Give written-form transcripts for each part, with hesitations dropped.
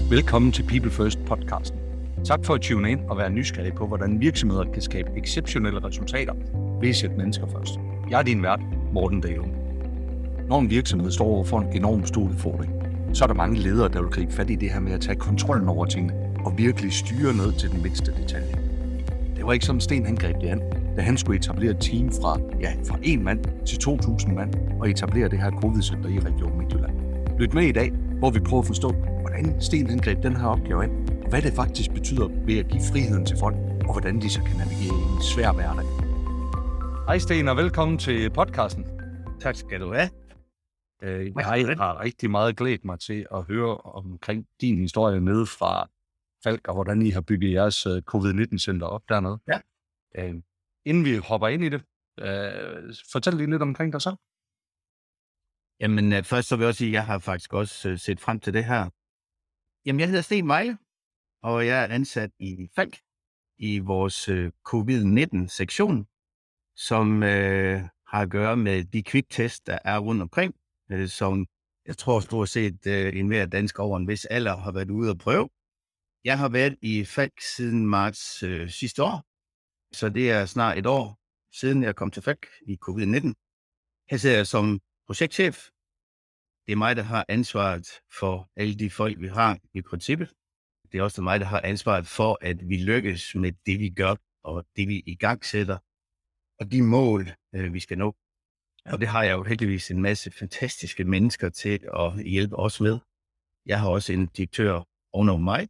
Velkommen til People First podcasten. Tak for at tune ind og være nysgerrig på, hvordan virksomheder kan skabe exceptionelle resultater ved at sætte mennesker først. Jeg er din vært, Morten Dahlum. Når en virksomhed står over for en enorm stor udfordring, så er der mange ledere, der vil gribe fat i det her med at tage kontrollen over tingene og virkelig styre ned til den mindste detalje. Det var ikke som Sten han greb det an, da han skulle etablere et team fra 1 mand til 2.000 mand og etablere det her covid-center i Region Midtjylland. Lyt med i dag, hvor vi prøver at forstå, hvordan Sten han greb den her opgave ind, og hvad det faktisk betyder ved at give friheden til folk, og hvordan de så kan navigere i en svær hverdag. Hej Sten, og velkommen til podcasten. Tak skal du have. Jeg har rigtig meget glædet mig til at høre omkring din historie nede fra Falck, og hvordan I har bygget jeres covid-19-center op dernede. Ja. Inden vi hopper ind i det, fortæl lige lidt omkring dig selv. Jamen, først så vil jeg også sige, at jeg har faktisk også set frem til det her. Jamen, jeg hedder Sten Vejle, og jeg er ansat i Falck i vores covid-19-sektion, som har at gøre med de kviktest, der er rundt omkring, som jeg tror stort set enhver dansker over en vis alder har været ude at prøve. Jeg har været i Falck siden marts sidste år, så det er snart et år siden jeg kom til Falck i covid-19. Her sidder jeg som projektchef. Det er mig, der har ansvaret for alle de folk, vi har i princippet. Det er også mig, der har ansvaret for, at vi lykkes med det, vi gør, og det, vi igangsætter, og de mål, vi skal nå. Og det har jeg jo heldigvis en masse fantastiske mennesker til at hjælpe os med. Jeg har også en direktør ovenover mig,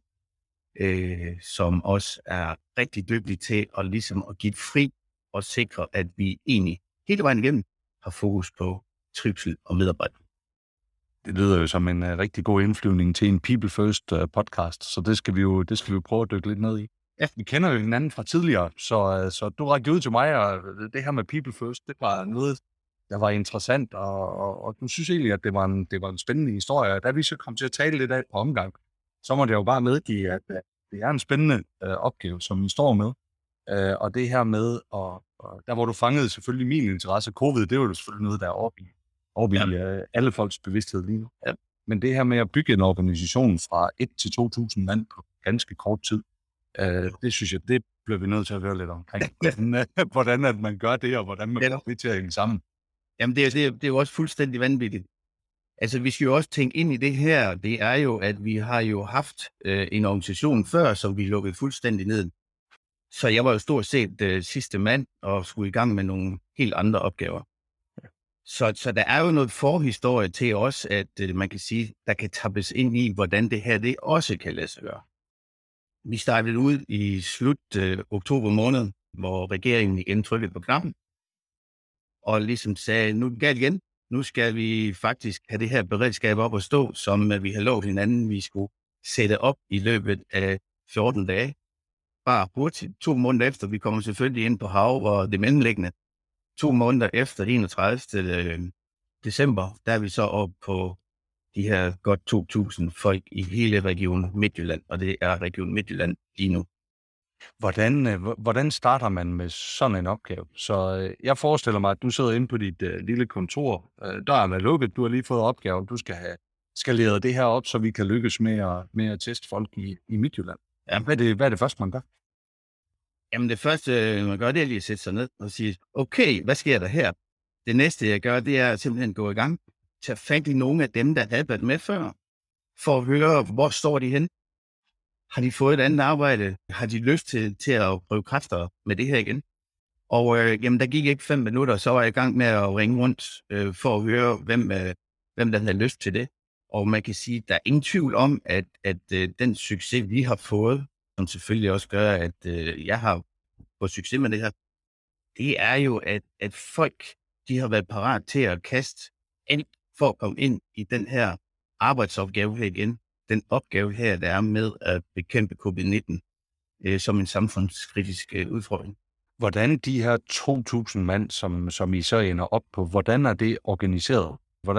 som også er rigtig dygtig til at give fri og sikre, at vi egentlig hele vejen igennem har fokus på trivsel og medarbejder. Det lyder jo som en rigtig god indflyvning til en People First podcast, så det skal vi jo prøve at dykke lidt ned i. Ja. Vi kender jo hinanden fra tidligere, så du rakte ud til mig, og det her med People First, det var noget, der var interessant, og du synes egentlig, at det var en spændende historie. Da vi så kom til at tale lidt af på omgang, så måtte jeg jo bare medgive, at det er en spændende opgave, som vi står med. Og det her med, og der hvor du fangede selvfølgelig min interesse, covid, det var jo selvfølgelig noget, der er oppe i alle folks bevidsthed lige nu. Ja. Men det her med at bygge en organisation fra 1 til 2.000 mand på ganske kort tid, det synes jeg, det bliver vi nødt til at høre lidt omkring. Hvordan at man gør det, og hvordan man får det til at hænge sammen. Jamen det er jo også fuldstændig vanvittigt. Altså vi skal jo også tænke ind i det her, det er jo, at vi har jo haft en organisation før, som vi lukkede fuldstændig ned. Så jeg var jo stort set sidste mand, og skulle i gang med nogle helt andre opgaver. Så der er jo noget forhistorie til os, at man kan sige, der kan tappes ind i, hvordan det her det også kan lade sig gøre. Vi startede ud i slut oktober måned, hvor regeringen igen trykkede på knappen, og ligesom sagde, nu er det galt igen. Nu skal vi faktisk have det her beredskab op at stå, som vi har lovet hinanden, vi skulle sætte op i løbet af 14 dage. Bare hurtigt. 2 måneder efter, vi kommer selvfølgelig ind på hav og det mellemliggende. 2 måneder efter 31. december, der er vi så op på de her godt 2.000 folk i hele Region Midtjylland, og det er Region Midtjylland lige nu. Hvordan starter man med sådan en opgave? Så jeg forestiller mig, at du sidder inde på dit lille kontor. Døren er lukket, du har lige fået opgaven, du skal have skaleret det her op, så vi kan lykkes med at teste folk i Midtjylland. Ja. Hvad er det første, man gør? Jamen det første, man gør, det er lige at sætte sig ned og sige, okay, hvad sker der her? Det næste, jeg gør, det er simpelthen at gå i gang. Tage fat i nogle af dem, der havde været med før, for at høre, hvor står de hen? Har de fået et andet arbejde? Har de lyst til at prøve kræfter med det her igen? Og jamen, der gik ikke 5 minutter, så var jeg i gang med at ringe rundt for at høre, hvem der havde lyst til det. Og man kan sige, at der er ingen tvivl om, at den succes, vi har fået, som selvfølgelig også gør, at jeg har fået succes med det her, det er jo, at folk, de har været parat til at kaste alt for at komme ind i den her arbejdsopgave her igen. Den opgave her, der er med at bekæmpe covid-19 som en samfundskritisk udfordring. Hvordan de her 2.000 mand, som I så ender op på, hvordan er det organiseret?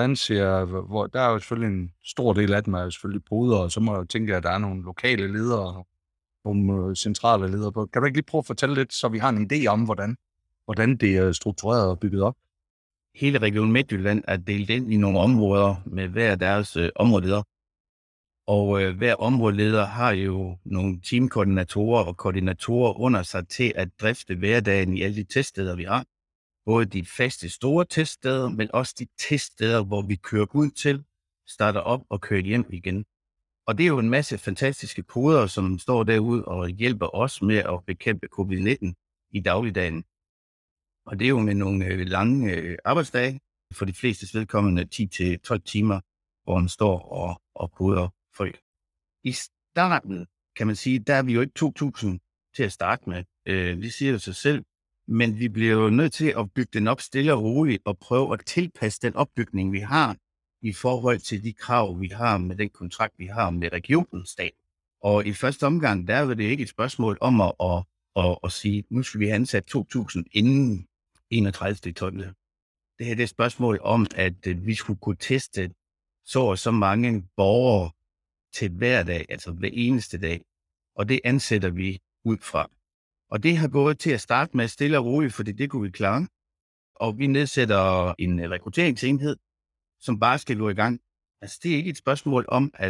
Der er jo selvfølgelig en stor del af dem, er jo selvfølgelig brudere, og så må jeg tænke, at der er nogle lokale ledere, nogle centrale ledere på. Kan du ikke lige prøve at fortælle lidt, så vi har en idé om, hvordan det er struktureret og bygget op? Hele Region Midtjylland er delt ind i nogle områder med hver deres områdeleder. Og hver områdeleder har jo nogle teamkoordinatorer og koordinatorer under sig til at drifte hverdagen i alle de teststeder, vi har. Både de faste store teststeder, men også de teststeder, hvor vi kører ud til, starter op og kører hjem igen. Og det er jo en masse fantastiske koder, som står derude og hjælper os med at bekæmpe covid-19 i dagligdagen. Og det er jo med nogle lange arbejdsdage, for de fleste vedkommende 10-12 timer, hvor man står og koder folk. I starten, kan man sige, der er vi jo ikke 2000 til at starte med. Det siger jo sig selv, men vi bliver jo nødt til at bygge den op stille og roligt og prøve at tilpasse den opbygning, vi har i forhold til de krav, vi har med den kontrakt, vi har med regionen, staten. Og i første omgang, der er det ikke et spørgsmål om at sige, nu skal vi have ansat 2.000 inden 31.12. Det her er et spørgsmål om, at vi skulle kunne teste så mange borgere til hver dag, altså hver eneste dag. Og det ansætter vi ud fra. Og det har gået til at starte med stille og roligt, fordi det kunne vi klare. Og vi nedsætter en rekrutteringsenhed, som bare skal gå i gang. Altså det er ikke et spørgsmål om, at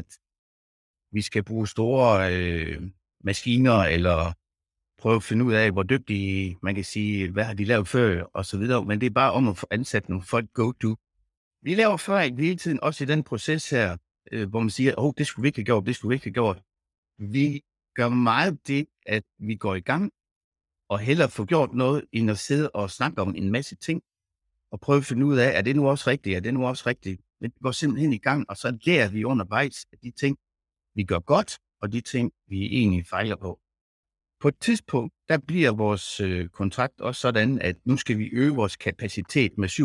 vi skal bruge store maskiner, eller prøve at finde ud af, hvor dygtige, man kan sige, hvad har de lavet før, og så videre. Men det er bare om at få ansat nogle folk go-to. Vi laver fejl hele tiden, også i den proces her, hvor man siger, det skulle vi ikke have gjort, det skulle vi ikke have gjort. Vi gør meget det, at vi går i gang, og hellere få gjort noget, end at sidde og snakke om en masse ting, og prøve at finde ud af, er det nu også rigtigt, er det nu også rigtigt. Men vi går simpelthen i gang, og så lærer vi undervejs af de ting, vi gør godt, og de ting, vi egentlig fejler på. På et tidspunkt, der bliver vores kontrakt også sådan, at nu skal vi øge vores kapacitet med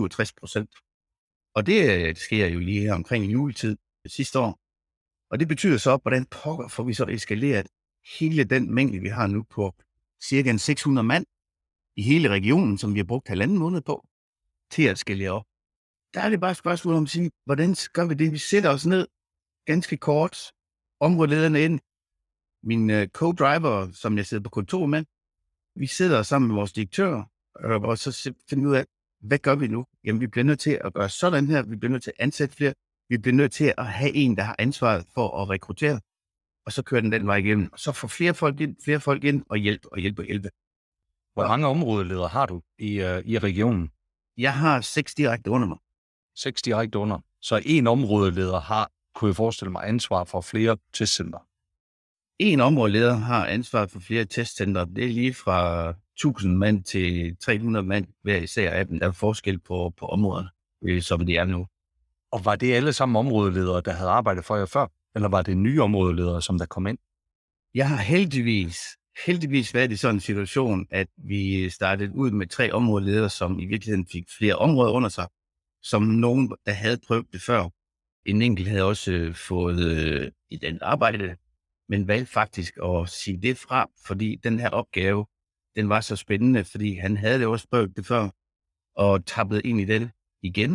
67%. Og det sker jo lige her omkring juletid sidste år. Og det betyder så, hvordan pokker får vi så eskaleret hele den mængde, vi har nu på cirka 600 mand i hele regionen, som vi har brugt 1,5 måned på, til at skalere op. Der er det bare et spørgsmål om at sige, hvordan gør vi det? Vi sætter os ned ganske kort, områdelederne ind, min co-driver, som jeg sidder på kontor med, vi sidder sammen med vores direktør, og så finder vi ud af, hvad gør vi nu? Jamen, vi bliver nødt til at gøre sådan her, vi bliver nødt til at ansætte flere, vi bliver nødt til at have en, der har ansvaret for at rekruttere, og så kører den vej igennem, og så får flere folk ind, og hjælpe. Hvor mange områdeledere har du i regionen? Jeg har 6 direkte under mig. 6 direkte under. Så en områdeleder har, kunne jeg forestille mig, ansvar for flere testcenter. En områdeleder har ansvar for flere testcenter. Det er lige fra 1000 mand til 300 mand hver især af dem. Der er forskel på områderne, som det er nu. Og var det alle sammen områdeledere, der havde arbejdet for jer før? Eller var det nye områdeledere, som der kom ind? Jeg har heldigvis været i sådan en situation, at vi startede ud med 3 områdeledere, som i virkeligheden fik flere områder under sig, som nogen, der havde prøvet det før. En enkelt havde også fået i den arbejde, men valgte faktisk at sige det fra, fordi den her opgave, den var så spændende, fordi han havde det også prøvet det før, og tappede ind i den igen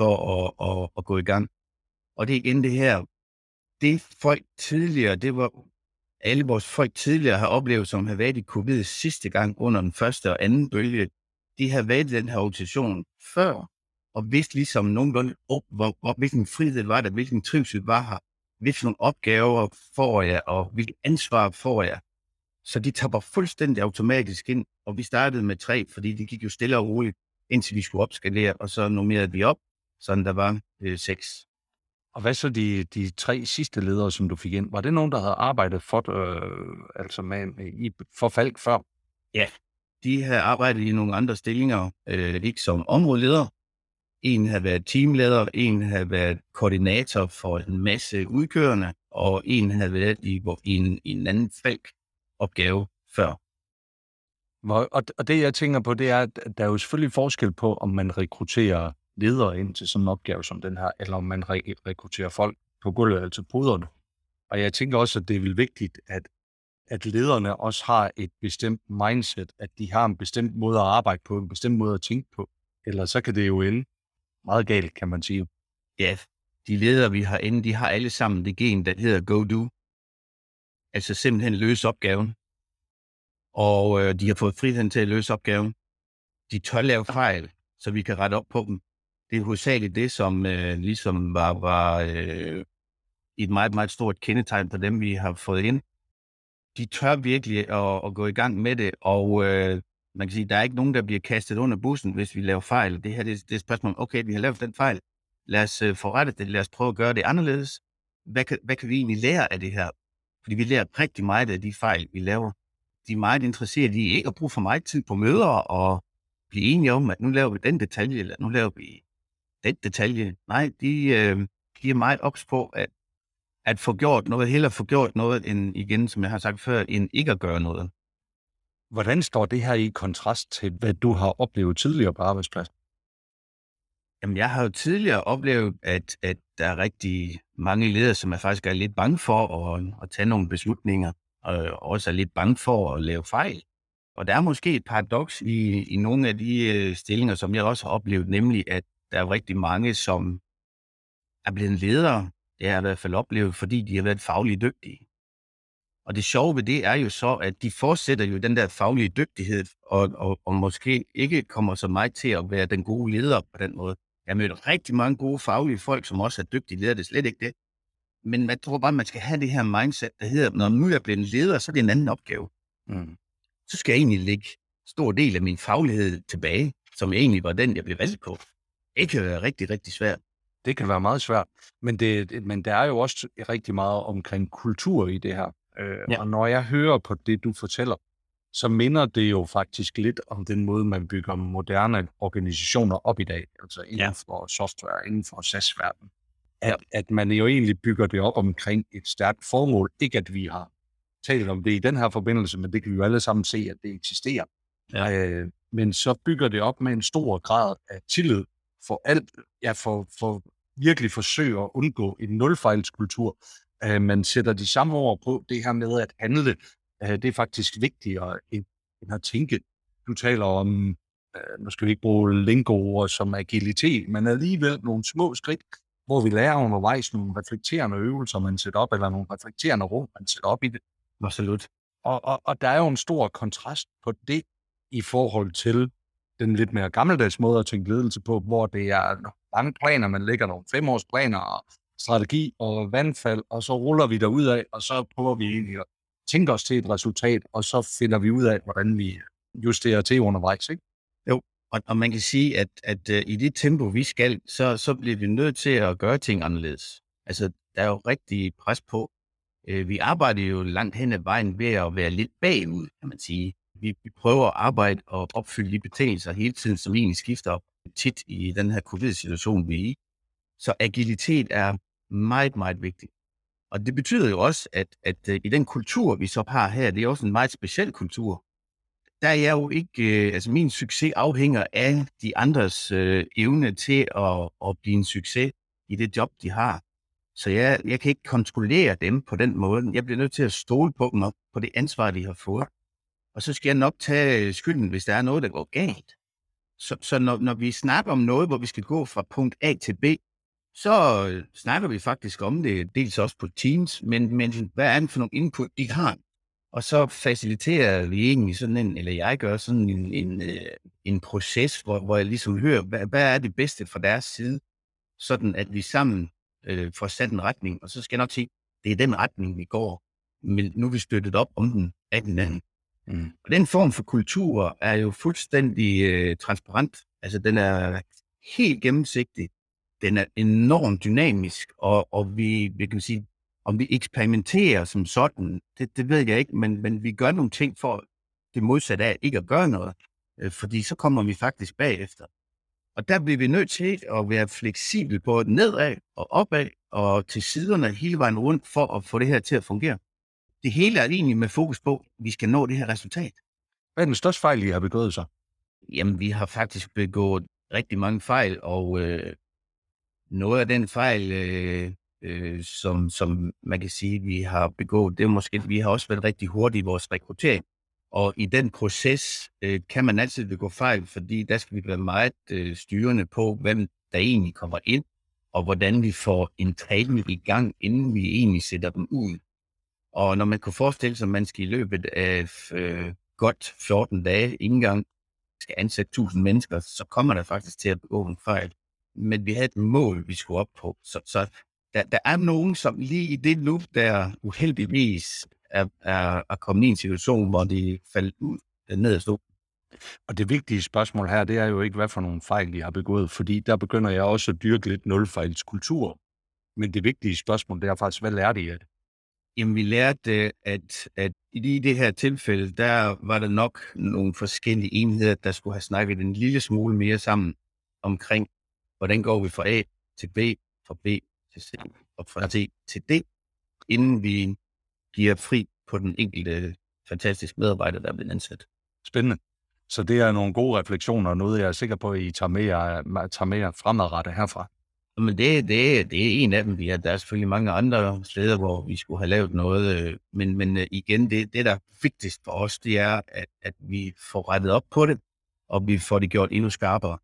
for at gå i gang. Og det er igen det her, det folk tidligere, det var alle vores folk tidligere har oplevet, som har været i covid sidste gang under den første og anden bølge, de har været i den her organisation før, og vidste ligesom nogenlunde, hvilken frihed var der, hvilken trivsel var her, hvilke opgaver får jeg, og hvilket ansvar får jeg. Så de tapper fuldstændig automatisk ind, og vi startede med 3, fordi det gik jo stille og roligt, indtil vi skulle opskalere, og så nummerede vi op, så der var 6. Og hvad så de 3 sidste ledere, som du fik ind? Var det nogen, der havde arbejdet for Falck før? Ja, de havde arbejdet i nogle andre stillinger, ikke som områdeleder. En havde været teamleder, en havde været koordinator for en masse udkørende, og en havde været i en anden Falck-opgave før. Og det, jeg tænker på, det er, at der er jo selvfølgelig forskel på, om man rekrutterer ledere ind til sådan en opgave som den her, eller om man rekrutterer folk på gulvet eller til poderne. Og jeg tænker også, at det er vel vigtigt, at lederne også har et bestemt mindset, at de har en bestemt måde at arbejde på, en bestemt måde at tænke på. Ellers så kan det jo ende meget galt, kan man sige. Ja, de ledere, vi har inde, de har alle sammen det gen, der hedder go-do. Altså simpelthen løse opgaven. Og de har fået friheden til at løse opgaven. De tør lave fejl, så vi kan rette op på dem. Det er hovedsageligt det, som ligesom var et meget, meget stort kendetegn på dem, vi har fået ind. De tør virkelig at gå i gang med det, og man kan sige, der er ikke nogen, der bliver kastet under bussen, hvis vi laver fejl. Det her det er et spørgsmål om, okay, vi har lavet den fejl. Lad os forrette det, lad os prøve at gøre det anderledes. Hvad kan vi egentlig lære af det her? Fordi vi lærer rigtig meget af de fejl, vi laver. De er meget interesserede i ikke at bruge for meget tid på møder og blive enige om, at nu laver vi den detalje, eller nu laver vi den detalje. Nej, de er meget ops på at få gjort noget, hellere få gjort noget, end igen, som jeg har sagt før, end ikke at gøre noget. Hvordan står det her i kontrast til, hvad du har oplevet tidligere på arbejdspladsen? Jamen, jeg har jo tidligere oplevet, at der er rigtig mange ledere, som er faktisk lidt bange for at tage nogle beslutninger, og også er lidt bange for at lave fejl. Og der er måske et paradoks i nogle af de stillinger, som jeg også har oplevet, nemlig at der er rigtig mange, som er blevet ledere. Det har jeg i hvert fald oplevet, fordi de har været fagligt dygtige. Og det sjove ved det er jo så, at de fortsætter jo den der faglige dygtighed, og måske ikke kommer så meget til at være den gode leder på den måde. Jeg har mødt rigtig mange gode faglige folk, som også er dygtige ledere, det er slet ikke det. Men jeg tror bare, man skal have det her mindset, der hedder, når nu er jeg blevet leder, så er det en anden opgave. Så skal jeg egentlig lægge stor del af min faglighed tilbage, som egentlig var den, jeg blev valgt på. Det kan være rigtig, rigtig svært. Det kan være meget svært, men der er jo også rigtig meget omkring kultur i det her. Ja. Og når jeg hører på det, du fortæller, så minder det jo faktisk lidt om den måde, man bygger moderne organisationer op i dag, altså inden for software, inden for SaaS-verden. At man jo egentlig bygger det op omkring et stærkt formål. Ikke at vi har talt om det i den her forbindelse, men det kan vi jo alle sammen se, at det eksisterer. Ja. Men så bygger det op med en stor grad af tillid for alt, for virkelig forsøge at undgå en nulfejlskultur. Man sætter de samme ord på det her med at handle. Det er faktisk vigtigere end at tænke. Du taler om, nu skal vi ikke bruge lingo-ord som agilitet, men alligevel nogle små skridt, hvor vi lærer undervejs nogle reflekterende øvelser, man sætter op, eller nogle reflekterende rum, man sætter op i det. Absolut. Og der er jo en stor kontrast på det i forhold til den lidt mere gammeldags måde at tænke ledelse på, hvor det er mange planer, man lægger nogle 5-årsplaner og strategi og vandfald, og så ruller vi derud af, og så prøver vi egentlig at tænke os til et resultat, og så finder vi ud af, hvordan vi justerer til undervejs, ikke? Jo, og man kan sige, at i det tempo, vi skal, så bliver vi nødt til at gøre ting anderledes. Altså, der er jo rigtig pres på. Vi arbejder jo langt hen ad vejen ved at være lidt bagud, kan man sige. Vi prøver at arbejde og opfylde de betingelser hele tiden, som egentlig skifter op tit i den her covid-situation, vi er i. Så agilitet er meget, meget vigtigt. Og det betyder jo også, at i den kultur, vi så har her, det er også en meget speciel kultur. Der er jeg jo ikke, altså min succes afhænger af de andres evne til at blive en succes i det job, de har. Så jeg kan ikke kontrollere dem på den måde. Jeg bliver nødt til at stole på dem og på det ansvar, de har fået. Og så skal jeg nok tage skylden, hvis der er noget, der går galt. Så når vi snakker om noget, hvor vi skal gå fra punkt A til B, så snakker vi faktisk om det, dels også på Teams, men hvad er det for nogle input, de har? Og så faciliterer vi egentlig sådan eller jeg gør sådan en proces, hvor jeg ligesom hører, hvad er det bedste fra deres side, sådan at vi sammen får sat en retning, og så skal jeg nok sige, det er den retning, vi går, men nu er vi støttet op om den af hinanden. Og den form for kultur er jo fuldstændig transparent, altså den er helt gennemsigtig, den er enormt dynamisk, og vi kan sige, om vi eksperimenterer som sådan, det ved jeg ikke, men vi gør nogle ting for det modsatte af ikke at gøre noget, fordi så kommer vi faktisk bagefter. Og der bliver vi nødt til at være fleksible både nedad og opad og til siderne hele vejen rundt for at få det her til at fungere. Det hele er egentlig med fokus på, at vi skal nå det her resultat. Hvad er den største fejl, I har begået så? Jamen, vi har faktisk begået rigtig mange fejl, og noget af den fejl, som man kan sige, vi har begået, det er måske, at vi har også været rigtig hurtige i vores rekruttering. Og i den proces kan man altid begå fejl, fordi der skal vi være meget styrende på, hvem der egentlig kommer ind, og hvordan vi får en træning i gang, inden vi egentlig sætter dem ud. Og når man kunne forestille sig, at man skal i løbet af godt 14 dage ikke engang skal ansætte 1000 mennesker, så kommer der faktisk til at begå en fejl. Men vi havde et mål, vi skulle op på. Så der er nogen, som lige i det loop, der uheldigvis er kommet i en situation, hvor de faldt ud ned ad stå. Og det vigtige spørgsmål her, det er jo ikke, hvad for nogle fejl de har begået, fordi der begynder jeg også at dyrke lidt nulfejlskultur. Men det vigtige spørgsmål, det er faktisk, hvad lærte I af det? Jamen, vi lærte, at i det her tilfælde, der var der nok nogle forskellige enheder, der skulle have snakket en lille smule mere sammen omkring, hvordan går vi fra A til B, fra B til C og fra C til D, inden vi giver fri på den enkelte fantastiske medarbejder, der er blevet ansat. Spændende. Så det er nogle gode refleksioner, og noget jeg er sikker på, at I tager med jer fremadrettet herfra. Men det er en af dem. Der er selvfølgelig mange andre steder, hvor vi skulle have lavet noget. Men igen, det der er vigtigst for os, det er, at vi får rettet op på det, og vi får det gjort endnu skarpere.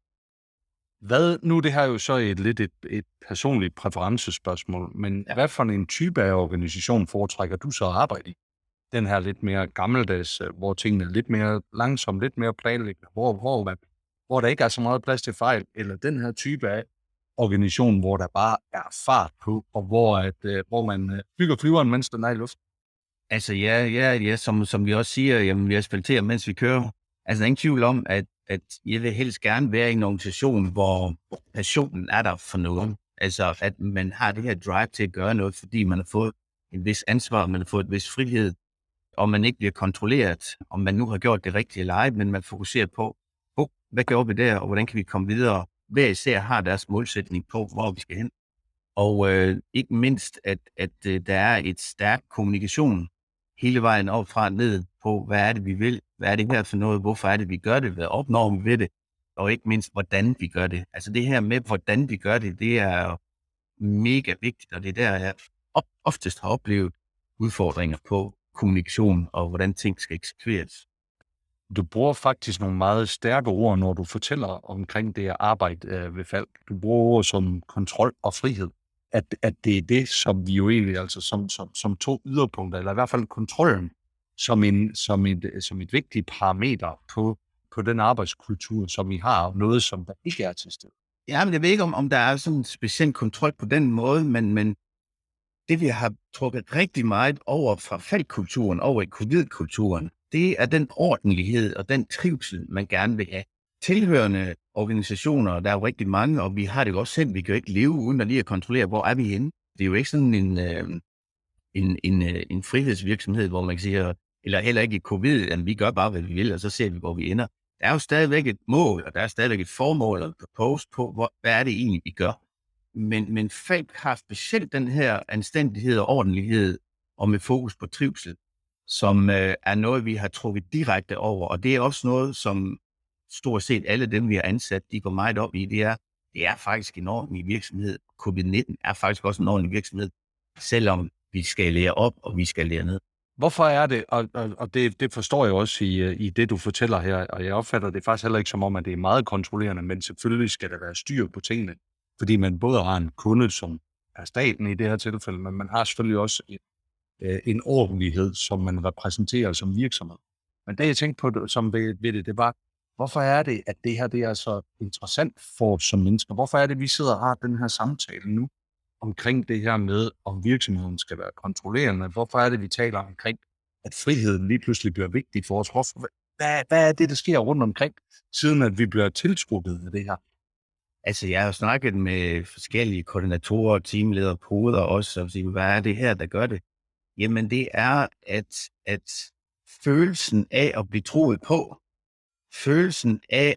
Nu er det her jo så et personligt præferencespørgsmål, men hvad for en type af organisation foretrækker du så at arbejde i? Den her lidt mere gammeldags, hvor tingene er lidt mere langsomt, lidt mere planlæggende, hvor der ikke er så meget plads til fejl, eller den her type af organisation, hvor der bare er fart på, og hvor man bygger flyveren, mens den er i luft? Altså ja, som vi også siger, jamen, vi asphalterer, mens vi kører. Altså der er ingen tvivl om, at jeg vil helst gerne være i en organisation, hvor passionen er der for noget. Altså at man har det her drive til at gøre noget, fordi man har fået en vis ansvar, man har fået en vis frihed, og man ikke bliver kontrolleret, om man nu har gjort det rigtige eller ej, men man fokuserer på, hvad gør vi der, og hvordan kan vi komme videre. Hver især har deres målsætning på, hvor vi skal hen. Og ikke mindst, at der er et stærk kommunikation hele vejen op fra ned på, hvad er det, vi vil, hvad er det her for noget, hvorfor er det, vi gør det, hvad opnår vi ved det, og ikke mindst, hvordan vi gør det. Altså det her med, hvordan vi gør det, det er mega vigtigt, og det er der, jeg oftest har oplevet udfordringer på kommunikation, og hvordan ting skal eksekveres. Du bruger faktisk nogle meget stærke ord, når du fortæller omkring det at arbejde ved Falck. Du bruger ord som kontrol og frihed. At det er det, som vi jo egentlig, altså som to yderpunkter, eller i hvert fald kontrollen, som et vigtigt parameter på den arbejdskultur, som vi har, og noget, som der ikke er til stede. Ja, men jeg ved ikke, om der er sådan en speciel kontrol på den måde, men det, vi har trukket rigtig meget over fra Falck-kulturen, over i covid-kulturen, det er den ordentlighed og den trivsel, man gerne vil have. Tilhørende organisationer, der er jo rigtig mange, og vi har det jo også selv. Vi kan jo ikke leve uden at lige at kontrollere, hvor er vi henne. Det er jo ikke sådan en frihedsvirksomhed, hvor man kan sige, eller heller ikke i covid, at vi gør bare, hvad vi vil, og så ser vi, hvor vi ender. Der er jo stadigvæk et mål, og der er stadigvæk et formål og purpose på, hvad er det egentlig, vi gør. Men Falck har specielt den her anstændighed og ordentlighed, og med fokus på trivsel, som er noget, vi har trukket direkte over. Og det er også noget, som stort set alle dem, vi har ansat, de går meget op i. Det er faktisk en ordentlig virksomhed. Covid-19 er faktisk også en ordentlig virksomhed, selvom vi skal lære op, og vi skal lære ned. Hvorfor er det, og det forstår jeg også i det, du fortæller her, og jeg opfatter det faktisk heller ikke som om, at det er meget kontrollerende, men selvfølgelig skal der være styr på tingene, fordi man både har en kunde, som er staten i det her tilfælde, men man har selvfølgelig også en ordentlighed, som man repræsenterer som virksomhed. Men det, jeg tænkte på som ved det var, hvorfor er det, at det her det er så interessant for os som mennesker? Hvorfor er det, at vi sidder og har den her samtale nu omkring det her med, om virksomheden skal være kontrollerende? Hvorfor er det, vi taler omkring, at friheden lige pludselig bliver vigtig for os? Hvad er det, der sker rundt omkring, siden at vi bliver tiltrukket af det her? Altså, jeg har snakket med forskellige koordinatorer, teamledere, poder også, og sige, hvad er det her, der gør det? Jamen, det er, at følelsen af at blive troet på, følelsen af,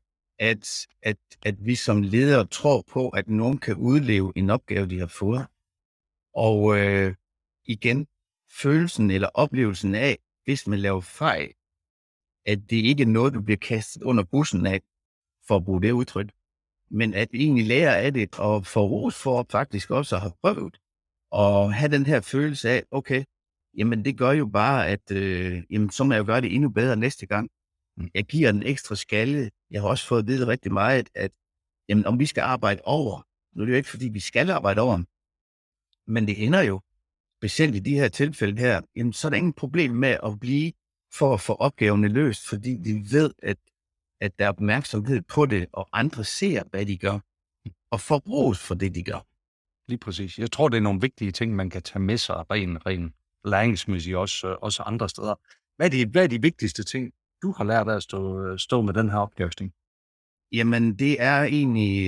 at vi som ledere tror på, at nogen kan udleve en opgave, de har fået. Og igen, følelsen eller oplevelsen af, hvis man laver fejl, at det ikke er noget, du bliver kastet under bussen af, for at bruge det udtryk, men at vi egentlig lærer af det, og får ros for faktisk også at have prøvet, og have den her følelse af, okay, jamen det gør jo bare, at jamen, så må jeg jo gøre det endnu bedre næste gang. Jeg giver den ekstra skalle. Jeg har også fået at vide rigtig meget, at jamen, om vi skal arbejde over, nu er det jo ikke, fordi vi skal arbejde over, men det ender jo, specielt i de her tilfælde her, jamen, så er der ingen problem med at blive for at få opgaverne løst, fordi de ved, at der er opmærksomhed på det, og andre ser, hvad de gør, og får ros for det, de gør. Lige præcis. Jeg tror, det er nogle vigtige ting, man kan tage med sig rent læringsmæssigt også andre steder. Hvad er de vigtigste ting, du har lært af at stå med den her opgave, Sten? Jamen, det er egentlig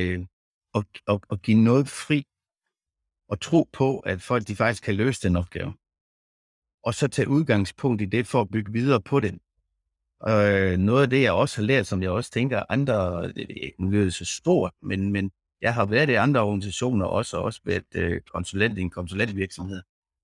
at give noget fri og tro på, at folk de faktisk kan løse den opgave. Og så tage udgangspunkt i det for at bygge videre på det. Noget af det, jeg også har lært, som jeg også tænker, andre, det lyder så stort, men jeg har været i andre organisationer også været konsulent i en konsulentvirksomhed.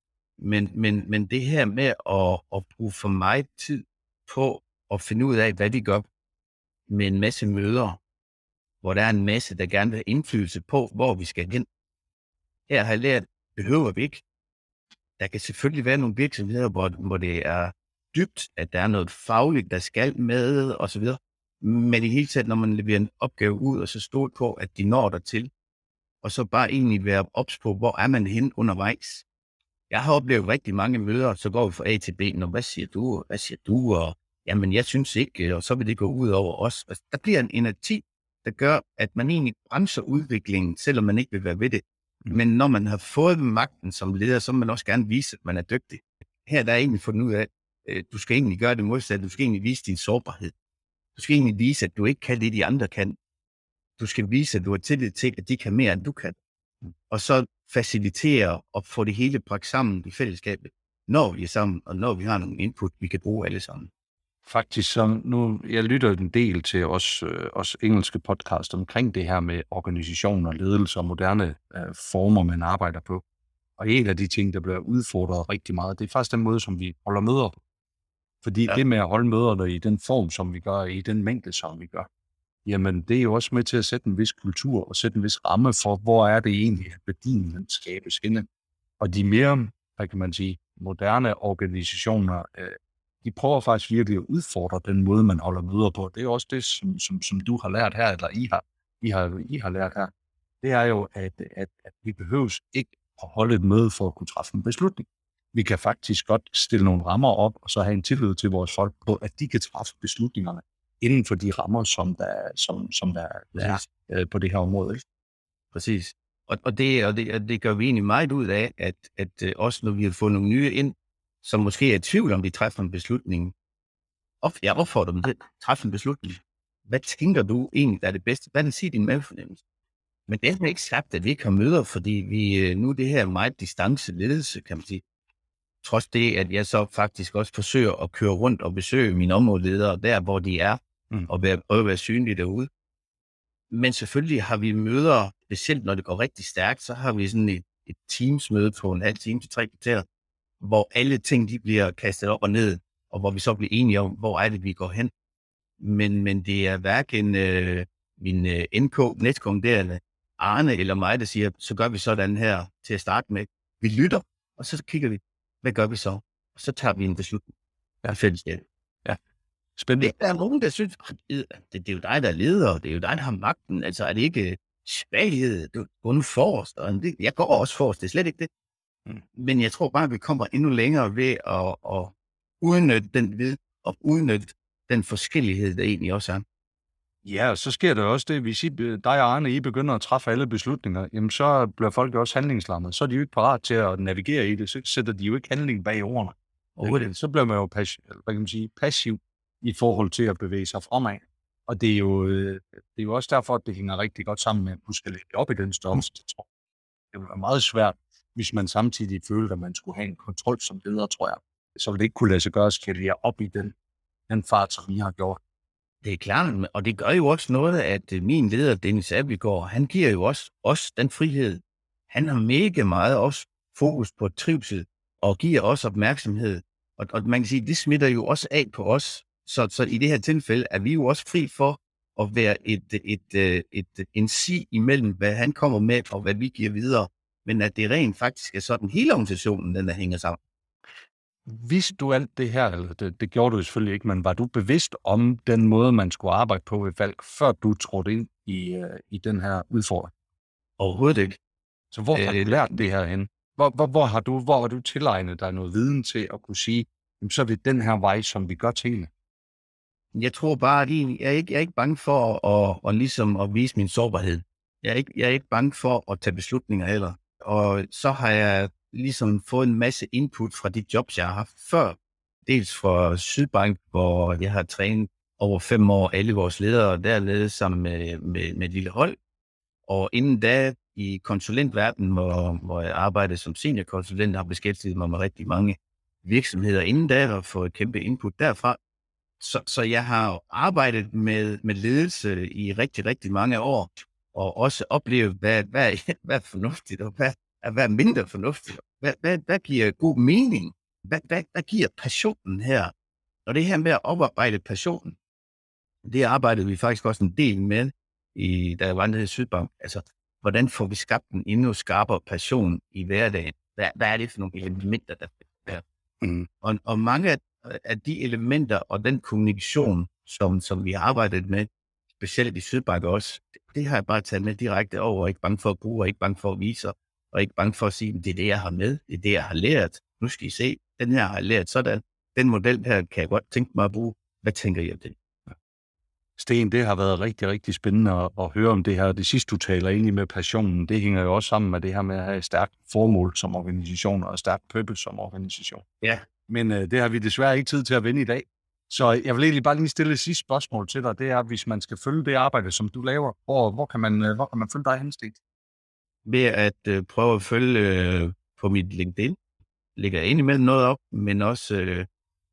Men det her med at bruge for meget tid på at finde ud af, hvad vi gør med en masse møder, hvor der er en masse, der gerne vil have indflydelse på, hvor vi skal hen. Her har jeg lært, behøver vi ikke. Der kan selvfølgelig være nogle virksomheder, hvor det er dybt, at der er noget fagligt, der skal med, osv. Men i hele taget, når man leverer en opgave ud, og så stole på, at de når dertil, og så bare egentlig være ops på, hvor er man hen undervejs. Jeg har oplevet rigtig mange møder, så går vi fra A til B, og hvad siger du, og jamen jeg synes ikke, og så vil det gå ud over os. Altså, der bliver en energi, der gør, at man egentlig bremser udviklingen, selvom man ikke vil være ved det. Men når man har fået magten som leder, så vil man også gerne vise, at man er dygtig. Her der er egentlig fundet ud af, at du skal egentlig gøre det modsatte. Du skal egentlig vise din sårbarhed. Du skal egentlig vise, at du ikke kan det, de andre kan. Du skal vise, at du har tillid til, at de kan mere, end du kan. Og så facilitere og få det hele bragt sammen i fællesskabet, når vi er sammen, og når vi har nogle input, vi kan bruge alle sammen. Faktisk, så nu, jeg lytter en del til også engelske podcast omkring det her med organisation og ledelse og moderne former, man arbejder på. Og en af de ting, der bliver udfordret rigtig meget, det er faktisk den måde, som vi holder møder på. Fordi det med at holde møderne i den form, som vi gør, i den mængde, som vi gør, jamen det er jo også med til at sætte en vis kultur og sætte en vis ramme for, hvor er det egentlig, at værdien skabes inde. Og de mere, hvad kan man sige, moderne organisationer, de prøver faktisk virkelig at udfordre den måde, man holder møder på. Det er også det, som du har lært her, eller I har lært her. Det er jo, at vi behøves ikke at holde et møde for at kunne træffe en beslutning. Vi kan faktisk godt stille nogle rammer op, og så have en tillid til vores folk på, at de kan træffe beslutningerne inden for de rammer, som der er på det her område. Ikke? Præcis. Og det gør vi egentlig meget ud af, at også når vi har fået nogle nye ind, som måske er i tvivl om, de træffer en beslutning. Jeg opfordrer dem til at træffe en beslutning. Hvad tænker du egentlig, der er det bedste? Hvad siger din mavefornemmelse? Men det er ikke sagt, at vi ikke har møder, fordi vi nu det her meget distanceledelse, kan man sige. Trods det, at jeg så faktisk også forsøger at køre rundt og besøge mine områdeledere, der hvor de er, og prøve at være synlige derude. Men selvfølgelig har vi møder, specielt når det går rigtig stærkt, så har vi sådan et teamsmøde på en halv time til 3 kvarter, hvor alle ting de bliver kastet op og ned, og hvor vi så bliver enige om, hvor er det, vi går hen. Men det er hverken min næstkommanderende Arne eller mig, der siger, så gør vi sådan her til at starte med. Vi lytter, og så kigger vi, hvad gør vi så? Og så tager vi en beslutning. Ja, fællesskab. Ja, spændende. Der er nogen, der synes, det er jo dig, der er leder, og det er jo dig, der har magten. Altså er det ikke svaghed? Du går nu forrest. Jeg går også forrest, det er slet ikke det. Men jeg tror bare, at vi kommer endnu længere ved at udnytte den viden, og udnytte den forskellighed, der egentlig også er. Ja, og så sker der også det, hvis dig og Arne, I begynder at træffe alle beslutninger, jamen så bliver folk også handlingslammet. Så er de jo ikke parat til at navigere i det, så sætter de jo ikke handling bag ordene. Og så bliver man jo passiv i forhold til at bevæge sig fremad. Og det er jo også derfor, at det hænger rigtig godt sammen med, at du skal lægge op i den størrelse. Det er meget svært, hvis man samtidig følte, at man skulle have en kontrol som leder, tror jeg. Så vil det ikke kunne lade sig gøre at skælde op i den fart, som I har gjort. Det er klart, og det gør jo også noget, at min leder, Dennis Abildgaard, han giver jo også den frihed. Han har mega meget også fokus på trivsel, og giver også opmærksomhed. Og man kan sige, det smitter jo også af på os. Så i det her tilfælde er vi jo også fri for at være en sig imellem, hvad han kommer med, og hvad vi giver videre. Men at det rent faktisk er sådan, hele organisationen, den der hænger sammen. Vidste du alt det her, eller det gjorde du selvfølgelig ikke, men var du bevidst om den måde, man skulle arbejde på ved Falck, før du trådte ind i den her udfordring? Overhovedet ikke. Så hvor har du lært det her hen? Hvor har du tilegnet dig noget viden til at kunne sige, så er det den her vej, som vi gør tingene? Jeg tror bare, at jeg er ikke bange for at vise min sårbarhed. Jeg er ikke bange for at tage beslutninger heller. Og så har jeg ligesom fået en masse input fra de jobs, jeg har haft før. Dels fra Sydbank, hvor jeg har trænet over 5 år alle vores ledere dernede sammen med et lille hold. Og inden da i konsulentverdenen, hvor jeg arbejdede som seniorkonsulent, har beskæftiget mig med rigtig mange virksomheder inden da og fået kæmpe input derfra. Så jeg har arbejdet med ledelse i rigtig, rigtig mange år, og også oplevet, hvad er fornuftigt, og hvad er mindre fornuftigt. Hvad giver god mening? Hvad giver passionen her? Og det her med at oparbejde passionen, det arbejdede vi faktisk også en del med, da jeg var nede i Sydbank. Altså, hvordan får vi skabt en endnu skarpere passion i hverdagen? Hvad er det for nogle elementer, der er? Og mange af de elementer og den kommunikation, som vi har arbejdet med, specielt i Sydbank også, det har jeg bare taget med direkte over, og ikke bange for at bruge, og ikke bange for at vise, og ikke bange for at sige, det er det, jeg har med, det er det, jeg har lært. Nu skal I se, den her har jeg lært sådan. Den model her kan jeg godt tænke mig at bruge. Hvad tænker I om det? Sten, det har været rigtig, rigtig spændende at høre om det her. Det sidste, du taler egentlig med passionen, det hænger jo også sammen med det her med at have et stærkt formål som organisation og et stærkt purpose som organisation. Ja. Men det har vi desværre ikke tid til at vende i dag. Så jeg vil egentlig bare lige stille et sidste spørgsmål til dig. Det er, hvis man skal følge det arbejde, som du laver, hvor kan man følge dig hen, Sten? Ved at prøve at følge på mit LinkedIn. Lægger jeg indimellem noget op, men også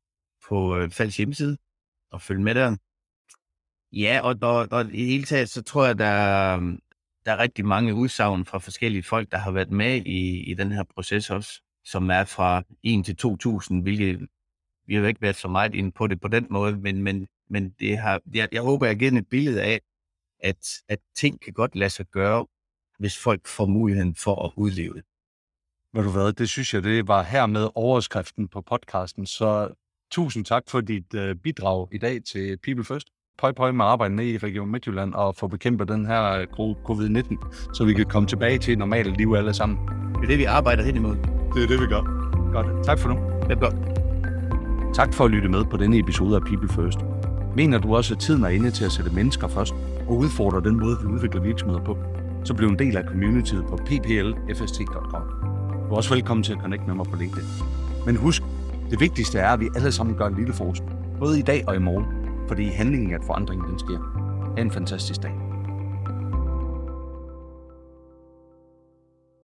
på Falks hjemmeside og følge med der. Ja, og i hele taget, så tror jeg, der er rigtig mange udsagn fra forskellige folk, der har været med i den her proces også, som er fra 1 til 2.000, hvilket vi har jo ikke været så meget inde på det på den måde, men det har, jeg håber, jeg har givet et billede af, at ting kan godt lade sig gøre, hvis folk får muligheden for at udleve det. Ved du hvad, det synes jeg, det var hermed overskriften på podcasten, så tusind tak for dit bidrag i dag til People First. Pøj med arbejde nede i Region Midtjylland og få bekæmpet den her covid-19, så vi kan komme tilbage til et normalt liv alle sammen. Det er det, vi arbejder hen imod. Det er det, vi gør. Godt. Tak for nu. Det er godt. Tak for at lytte med på denne episode af People First. Mener du også, at tiden er inde til at sætte mennesker først og udfordre den måde, vi udvikler virksomheder på, så bliv en del af communityet på pplfst.com. Du er også velkommen til at connecte med mig på LinkedIn. Men husk, det vigtigste er, at vi alle sammen gør en lille forskel, både i dag og i morgen, fordi handlingen af forandringen den sker. Ha' en fantastisk dag.